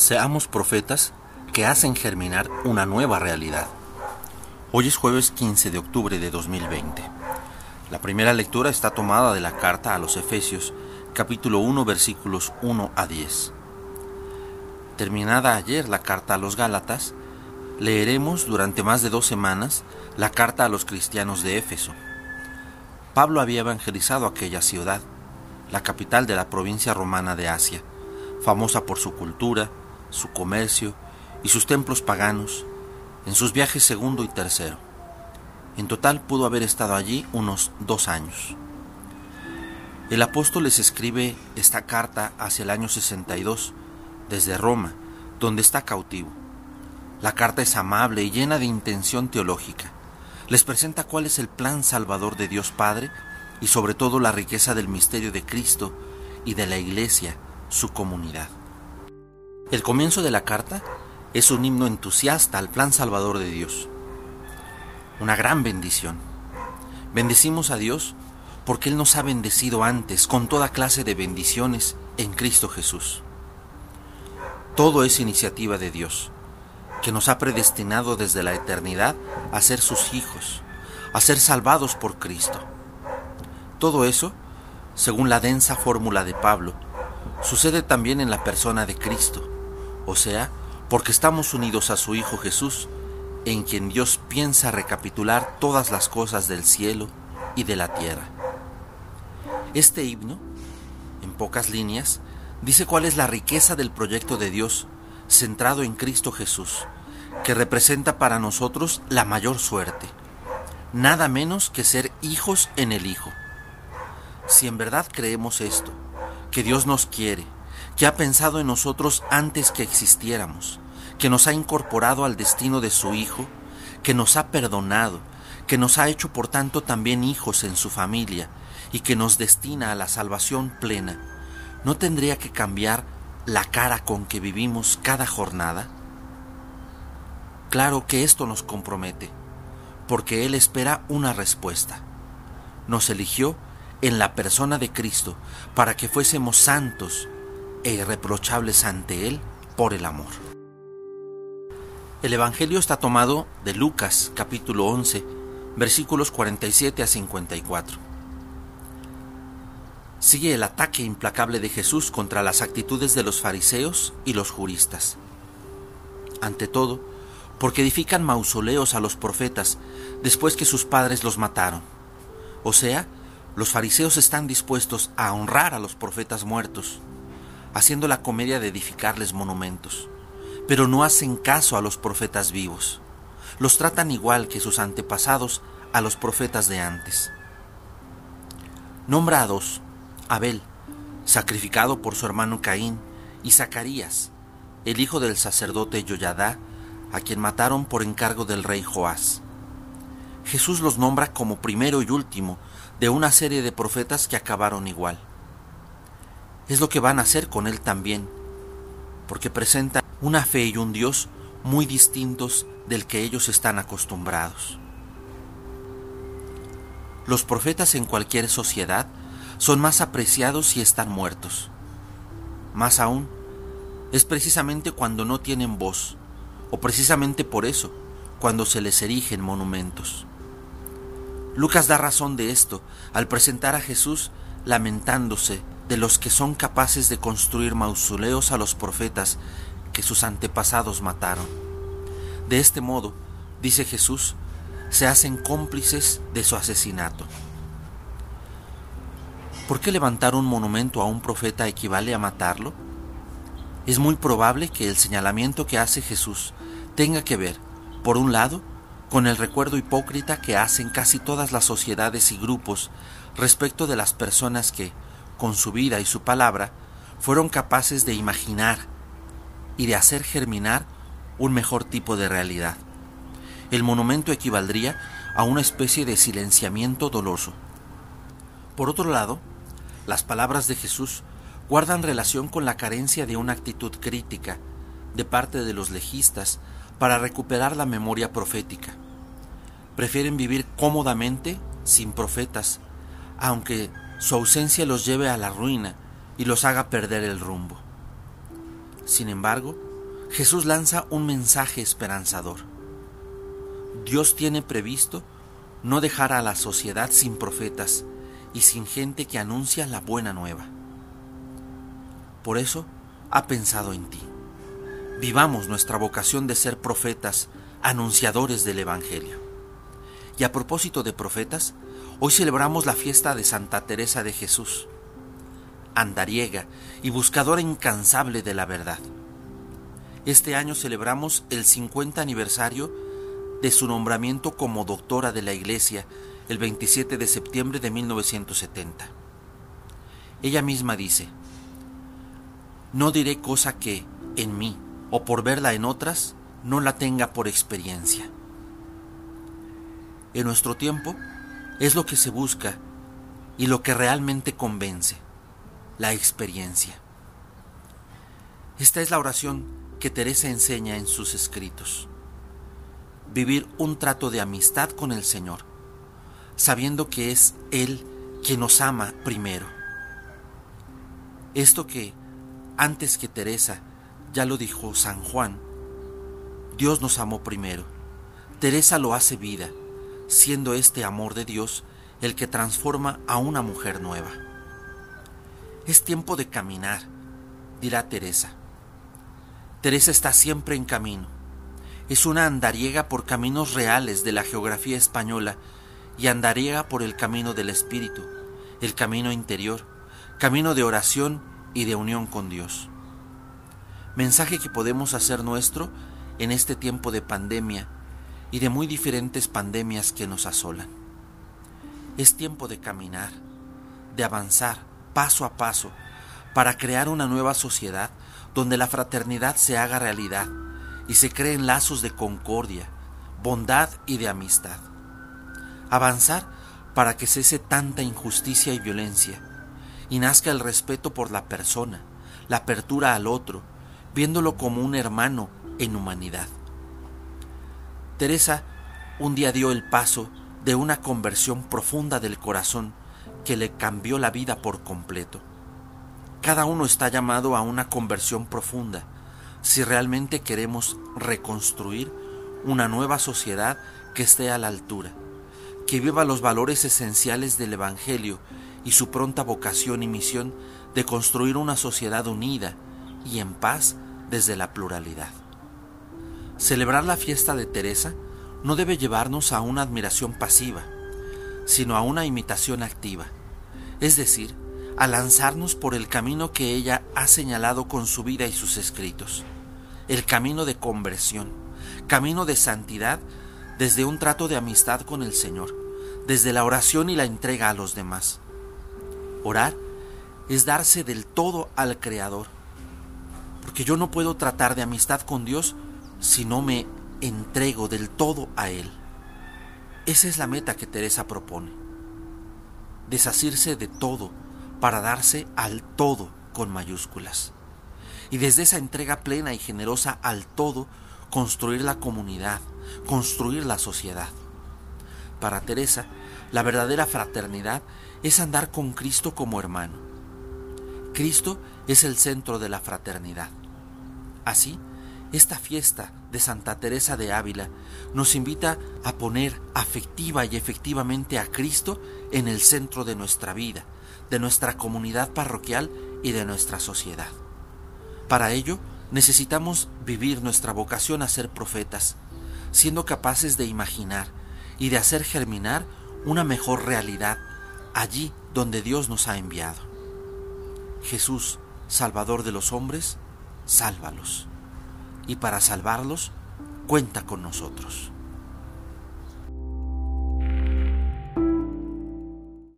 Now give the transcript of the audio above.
Seamos profetas que hacen germinar una nueva realidad. Hoy es jueves 15 de octubre de 2020. La primera lectura está tomada de la carta a los Efesios, capítulo 1, versículos 1 a 10. Terminada ayer la carta a los Gálatas, leeremos durante más de 2 semanas la carta a los cristianos de Éfeso. Pablo había evangelizado aquella ciudad, la capital de la provincia romana de Asia, famosa por su cultura, su comercio y sus templos paganos, en sus viajes segundo y tercero. En total pudo haber estado allí unos 2 años. El apóstol les escribe esta carta hacia el año 62, desde Roma, donde está cautivo. La carta es amable y llena de intención teológica. Les presenta cuál es el plan salvador de Dios Padre y sobre todo la riqueza del misterio de Cristo y de la Iglesia, su comunidad. El comienzo de la carta es un himno entusiasta al plan salvador de Dios. Una gran bendición. Bendecimos a Dios porque Él nos ha bendecido antes con toda clase de bendiciones en Cristo Jesús. Todo es iniciativa de Dios, que nos ha predestinado desde la eternidad a ser sus hijos, a ser salvados por Cristo. Todo eso, según la densa fórmula de Pablo, sucede también en la persona de Cristo, o sea, porque estamos unidos a su Hijo Jesús, en quien Dios piensa recapitular todas las cosas del cielo y de la tierra. Este himno, en pocas líneas, dice cuál es la riqueza del proyecto de Dios centrado en Cristo Jesús, que representa para nosotros la mayor suerte, nada menos que ser hijos en el Hijo. Si en verdad creemos esto, que Dios nos quiere, que ha pensado en nosotros antes que existiéramos, que nos ha incorporado al destino de su Hijo, que nos ha perdonado, que nos ha hecho por tanto también hijos en su familia y que nos destina a la salvación plena, ¿no tendría que cambiar la cara con que vivimos cada jornada? Claro que esto nos compromete, porque Él espera una respuesta. Nos eligió en la persona de Cristo para que fuésemos santos e irreprochables ante Él por el amor. El Evangelio está tomado de Lucas, capítulo 11, versículos 47 a 54. Sigue el ataque implacable de Jesús contra las actitudes de los fariseos y los juristas. Ante todo, porque edifican mausoleos a los profetas después que sus padres los mataron. O sea, los fariseos están dispuestos a honrar a los profetas muertos, haciendo la comedia de edificarles monumentos, pero no hacen caso a los profetas vivos. Los tratan igual que sus antepasados a los profetas de antes. Nombra a 2, Abel, sacrificado por su hermano Caín, y Zacarías, el hijo del sacerdote Joiada, a quien mataron por encargo del rey Joás. Jesús los nombra como primero y último de una serie de profetas que acabaron igual. Es lo que van a hacer con él también, porque presentan una fe y un Dios muy distintos del que ellos están acostumbrados. Los profetas en cualquier sociedad son más apreciados si están muertos. Más aún, es precisamente cuando no tienen voz, o precisamente por eso, cuando se les erigen monumentos. Lucas da razón de esto al presentar a Jesús lamentándose de los que son capaces de construir mausoleos a los profetas que sus antepasados mataron. De este modo, dice Jesús, se hacen cómplices de su asesinato. ¿Por qué levantar un monumento a un profeta equivale a matarlo? Es muy probable que el señalamiento que hace Jesús tenga que ver, por un lado, con el recuerdo hipócrita que hacen casi todas las sociedades y grupos respecto de las personas que, con su vida y su palabra, fueron capaces de imaginar y de hacer germinar un mejor tipo de realidad. El monumento equivaldría a una especie de silenciamiento doloso. Por otro lado, las palabras de Jesús guardan relación con la carencia de una actitud crítica de parte de los legistas para recuperar la memoria profética. Prefieren vivir cómodamente sin profetas, aunque su ausencia los lleve a la ruina y los haga perder el rumbo. Sin embargo, Jesús lanza un mensaje esperanzador. Dios tiene previsto no dejar a la sociedad sin profetas y sin gente que anuncia la buena nueva. Por eso ha pensado en ti. Vivamos nuestra vocación de ser profetas, anunciadores del Evangelio. Y a propósito de profetas, hoy celebramos la fiesta de Santa Teresa de Jesús, andariega y buscadora incansable de la verdad. Este año celebramos el 50 aniversario de su nombramiento como doctora de la Iglesia el 27 de septiembre de 1970. Ella misma dice: no diré cosa que, en mí, o por verla en otras, no la tenga por experiencia. En nuestro tiempo es lo que se busca y lo que realmente convence, la experiencia. Esta es la oración que Teresa enseña en sus escritos. Vivir un trato de amistad con el Señor, sabiendo que es Él quien nos ama primero. Esto que, antes que Teresa, ya lo dijo San Juan, Dios nos amó primero. Teresa lo hace vida, siendo este amor de Dios el que transforma a una mujer nueva. Es tiempo de caminar, dirá Teresa. Teresa está siempre en camino. Es una andariega por caminos reales de la geografía española y andariega por el camino del Espíritu, el camino interior, camino de oración y de unión con Dios. Mensaje que podemos hacer nuestro en este tiempo de pandemia y de muy diferentes pandemias que nos asolan. Es tiempo de caminar, de avanzar paso a paso para crear una nueva sociedad donde la fraternidad se haga realidad y se creen lazos de concordia, bondad y de amistad. Avanzar para que cese tanta injusticia y violencia y nazca el respeto por la persona, la apertura al otro, viéndolo como un hermano en humanidad. Teresa un día dio el paso de una conversión profunda del corazón que le cambió la vida por completo. Cada uno está llamado a una conversión profunda si realmente queremos reconstruir una nueva sociedad que esté a la altura, que viva los valores esenciales del Evangelio y su pronta vocación y misión de construir una sociedad unida y en paz desde la pluralidad. Celebrar la fiesta de Teresa no debe llevarnos a una admiración pasiva, sino a una imitación activa, es decir, a lanzarnos por el camino que ella ha señalado con su vida y sus escritos, el camino de conversión, camino de santidad desde un trato de amistad con el Señor, desde la oración y la entrega a los demás. Orar es darse del todo al Creador, porque yo no puedo tratar de amistad con Dios si no me entrego del todo a Él. Esa es la meta que Teresa propone: desasirse de todo para darse al todo con mayúsculas. Y desde esa entrega plena y generosa al todo, construir la comunidad, construir la sociedad. Para Teresa, la verdadera fraternidad es andar con Cristo como hermano. Cristo es el centro de la fraternidad. Así, esta fiesta de Santa Teresa de Ávila nos invita a poner afectiva y efectivamente a Cristo en el centro de nuestra vida, de nuestra comunidad parroquial y de nuestra sociedad. Para ello, necesitamos vivir nuestra vocación a ser profetas, siendo capaces de imaginar y de hacer germinar una mejor realidad allí donde Dios nos ha enviado. Jesús, Salvador de los hombres, sálvalos. Y para salvarlos, cuenta con nosotros.